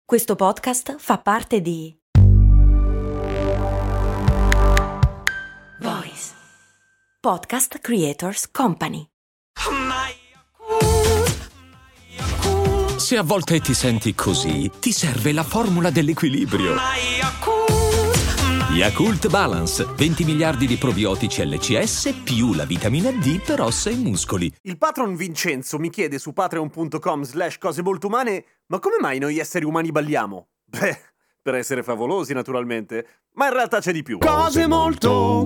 Questo podcast fa parte di Voice Podcast Creators Company. Se a volte ti senti così, ti serve la formula dell'equilibrio. Yakult Balance, 20 miliardi di probiotici LCS più la vitamina D per ossa e muscoli. Il patron Vincenzo mi chiede su patreon.com/cose molto umane: ma come mai noi esseri umani balliamo? Beh, per essere favolosi naturalmente, ma in realtà c'è di più. Cose molto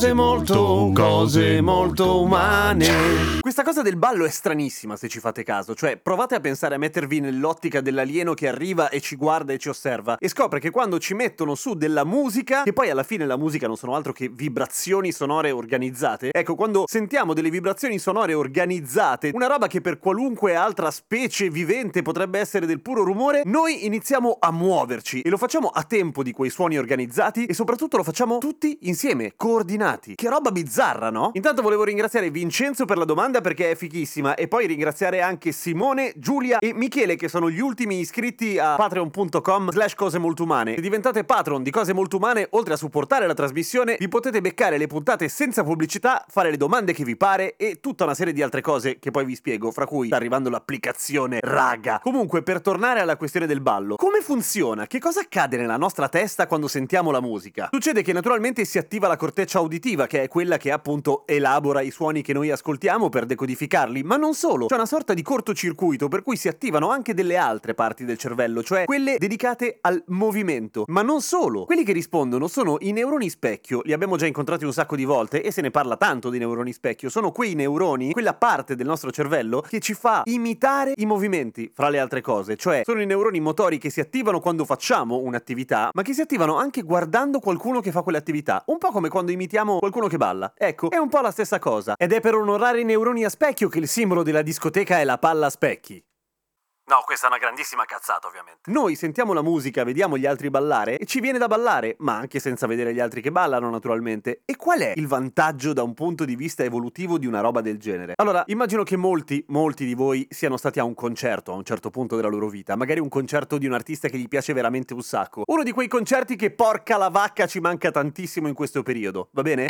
umane. Questa cosa del ballo è stranissima se ci fate caso, cioè provate a pensare a mettervi nell'ottica dell'alieno che arriva e ci guarda e ci osserva e scopre che quando ci mettono su della musica, che poi alla fine la musica non sono altro che vibrazioni sonore organizzate, ecco, quando sentiamo delle vibrazioni sonore organizzate, una roba che per qualunque altra specie vivente potrebbe essere del puro rumore, noi iniziamo a muoverci e lo facciamo a tempo di quei suoni organizzati e soprattutto lo facciamo tutti insieme, coordinati. Che roba bizzarra, no? Intanto volevo ringraziare Vincenzo per la domanda perché è fighissima e poi ringraziare anche Simone, Giulia e Michele che sono gli ultimi iscritti a patreon.com/cose molto umane. Se diventate patron di Cose molto umane, oltre a supportare la trasmissione, vi potete beccare le puntate senza pubblicità, fare le domande che vi pare e tutta una serie di altre cose che poi vi spiego, fra cui sta arrivando l'applicazione Raga. Comunque, per tornare alla questione del ballo, come funziona? Che cosa accade nella nostra testa quando sentiamo la musica? Succede che naturalmente si attiva la corteccia uditiva, che è quella che appunto elabora i suoni che noi ascoltiamo per decodificarli, ma non solo, c'è una sorta di cortocircuito per cui si attivano anche delle altre parti del cervello, cioè quelle dedicate al movimento, ma non solo. Quelli che rispondono sono i neuroni specchio, li abbiamo già incontrati un sacco di volte e se ne parla tanto di neuroni specchio, sono quei neuroni, quella parte del nostro cervello che ci fa imitare i movimenti, fra le altre cose, cioè sono i neuroni motori che si attivano quando facciamo un'attività, ma che si attivano anche guardando qualcuno che fa quell'attività, un po' come quando imitiamo qualcuno che balla. Ecco, è un po' la stessa cosa. Ed è per onorare i neuroni a specchio che il simbolo della discoteca è la palla a specchi. No, questa è una grandissima cazzata, ovviamente. Noi sentiamo la musica, vediamo gli altri ballare e ci viene da ballare, ma anche senza vedere gli altri che ballano, naturalmente. E qual è il vantaggio da un punto di vista evolutivo di una roba del genere? Allora, immagino che molti di voi siano stati a un concerto a un certo punto della loro vita, magari un concerto di un artista che gli piace veramente un sacco. Uno di quei concerti che porca la vacca ci manca tantissimo in questo periodo, va bene?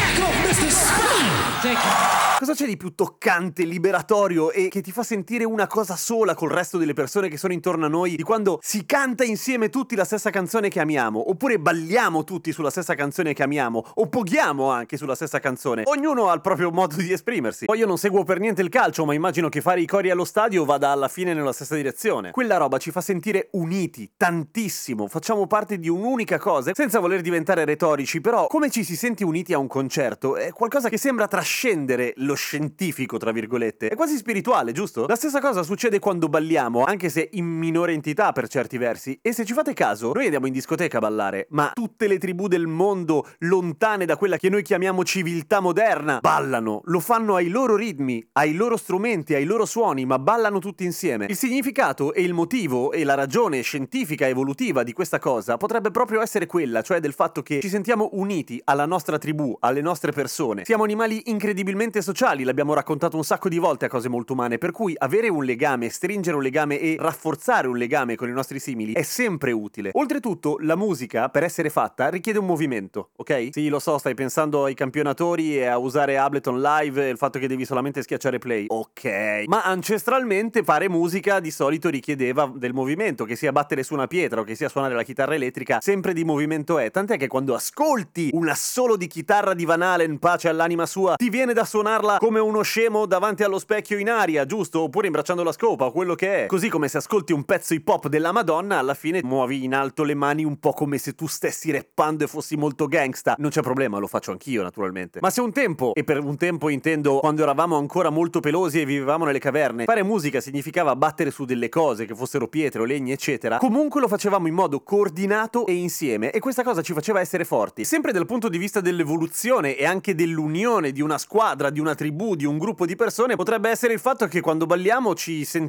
Cosa c'è di più toccante, liberatorio e che ti fa sentire una cosa sola col resto delle persone che sono intorno a noi di quando si canta insieme tutti la stessa canzone che amiamo, oppure balliamo tutti sulla stessa canzone che amiamo, o poghiamo anche sulla stessa canzone? Ognuno ha il proprio modo di esprimersi. Poi io non seguo per niente il calcio, ma immagino che fare i cori allo stadio vada alla fine nella stessa direzione. Quella roba ci fa sentire uniti, tantissimo, facciamo parte di un'unica cosa, senza voler diventare retorici, però come ci si sente uniti a un concerto è qualcosa che sembra trascendere lo scientifico, tra virgolette. È quasi spirituale, giusto? La stessa cosa succede quando balliamo, anche se in minore entità per certi versi. E se ci fate caso, noi andiamo in discoteca a ballare, ma tutte le tribù del mondo, lontane da quella che noi chiamiamo civiltà moderna, ballano. Lo fanno ai loro ritmi, ai loro strumenti, ai loro suoni, ma ballano tutti insieme. Il significato e il motivo e la ragione scientifica evolutiva di questa cosa potrebbe proprio essere quella, cioè del fatto che ci sentiamo uniti alla nostra tribù, alle nostre persone. Siamo animali incredibilmente sociali, l'abbiamo raccontato un sacco di volte a Cose molto umane, per cui avere un legame, stringere un legame e rafforzare un legame con i nostri simili è sempre utile. Oltretutto, la musica, per essere fatta, richiede un movimento, ok? Sì, lo so, stai pensando ai campionatori e a usare Ableton Live e il fatto che devi solamente schiacciare play. Ok. Ma ancestralmente fare musica di solito richiedeva del movimento, che sia battere su una pietra o che sia suonare la chitarra elettrica, sempre di movimento è. Tant'è che quando ascolti un assolo di chitarra di Van Halen, pace all'anima sua, ti viene da suonarla come uno scemo davanti allo specchio in aria, giusto? Oppure imbracciando la scopa o quello che è. Così come se ascolti un pezzo hip hop della Madonna, alla fine muovi in alto le mani un po' come se tu stessi rappando e fossi molto gangsta. Non c'è problema, lo faccio anch'io naturalmente. Ma se un tempo, e per un tempo intendo quando eravamo ancora molto pelosi e vivevamo nelle caverne, fare musica significava battere su delle cose, che fossero pietre o legni eccetera, comunque lo facevamo in modo coordinato e insieme, e questa cosa ci faceva essere forti. Sempre dal punto di vista dell'evoluzione e anche dell'unione di una squadra, di una tribù, di un gruppo di persone, potrebbe essere il fatto che quando balliamo ci sentiamo e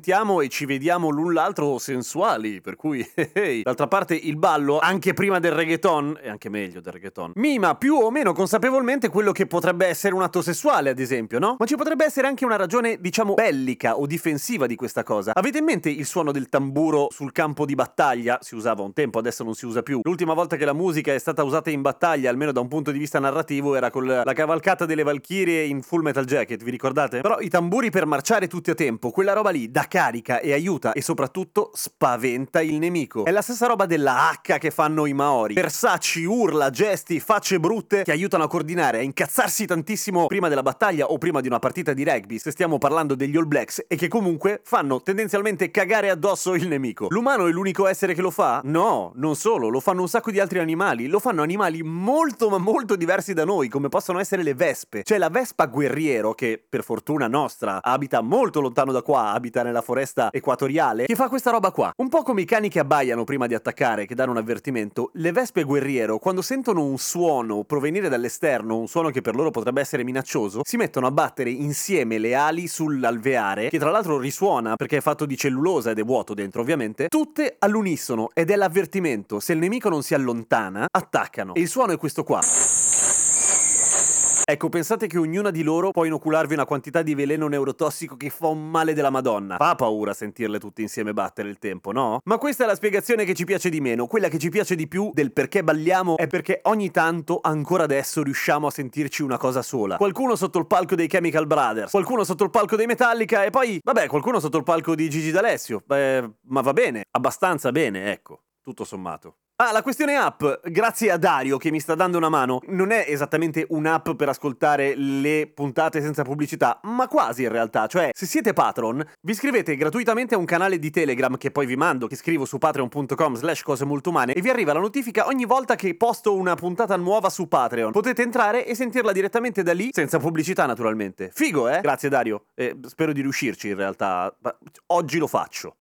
e ci vediamo l'un l'altro sensuali, per cui d'altra parte il ballo, anche prima del reggaeton, e anche meglio del reggaeton, mima più o meno consapevolmente quello che potrebbe essere un atto sessuale, ad esempio, no? Ma ci potrebbe essere anche una ragione, diciamo, bellica o difensiva di questa cosa. Avete in mente il suono del tamburo sul campo di battaglia? Si usava un tempo, adesso non si usa più. L'ultima volta che la musica è stata usata in battaglia, almeno da un punto di vista narrativo, era con la cavalcata delle Valchirie in Full Metal Jacket, vi ricordate? Però i tamburi per marciare tutti a tempo, quella roba lì dà carica e aiuta e soprattutto spaventa il nemico. È la stessa roba della H che fanno i Maori. Persacci, urla, gesti, facce brutte che aiutano a coordinare, a incazzarsi tantissimo prima della battaglia o prima di una partita di rugby, se stiamo parlando degli All Blacks, e che comunque fanno tendenzialmente cagare addosso il nemico. L'umano è l'unico essere che lo fa? No, non solo, lo fanno un sacco di altri animali, lo fanno animali molto ma molto diversi da noi, come possono essere le vespe. C'è la vespa guerriero, che per fortuna nostra abita molto lontano da qua, abita nella foresta equatoriale, che fa questa roba qua. Un po' come i cani che abbaiano prima di attaccare, che danno un avvertimento, le vespe guerriero, quando sentono un suono provenire dall'esterno, un suono che per loro potrebbe essere minaccioso, si mettono a battere insieme le ali sull'alveare, che tra l'altro risuona perché è fatto di cellulosa ed è vuoto dentro ovviamente, tutte all'unisono, ed è l'avvertimento: se il nemico non si allontana, attaccano. E il suono è questo qua. Ecco, pensate che ognuna di loro può inocularvi una quantità di veleno neurotossico che fa un male della Madonna. Fa paura sentirle tutte insieme battere il tempo, no? Ma questa è la spiegazione che ci piace di meno. Quella che ci piace di più del perché balliamo è perché ogni tanto, ancora adesso, riusciamo a sentirci una cosa sola. Qualcuno sotto il palco dei Chemical Brothers, qualcuno sotto il palco dei Metallica e poi, vabbè, qualcuno sotto il palco di Gigi D'Alessio. Ma va bene, abbastanza bene, ecco, tutto sommato. Ah, la questione app, grazie a Dario che mi sta dando una mano, non è esattamente un'app per ascoltare le puntate senza pubblicità, ma quasi in realtà. Cioè, se siete patron, vi iscrivete gratuitamente a un canale di Telegram che poi vi mando, che scrivo su patreon.com/cosemoltumane, e vi arriva la notifica ogni volta che posto una puntata nuova su Patreon. Potete entrare e sentirla direttamente da lì, senza pubblicità naturalmente. Figo, eh? Grazie Dario, spero di riuscirci in realtà. Oggi lo faccio.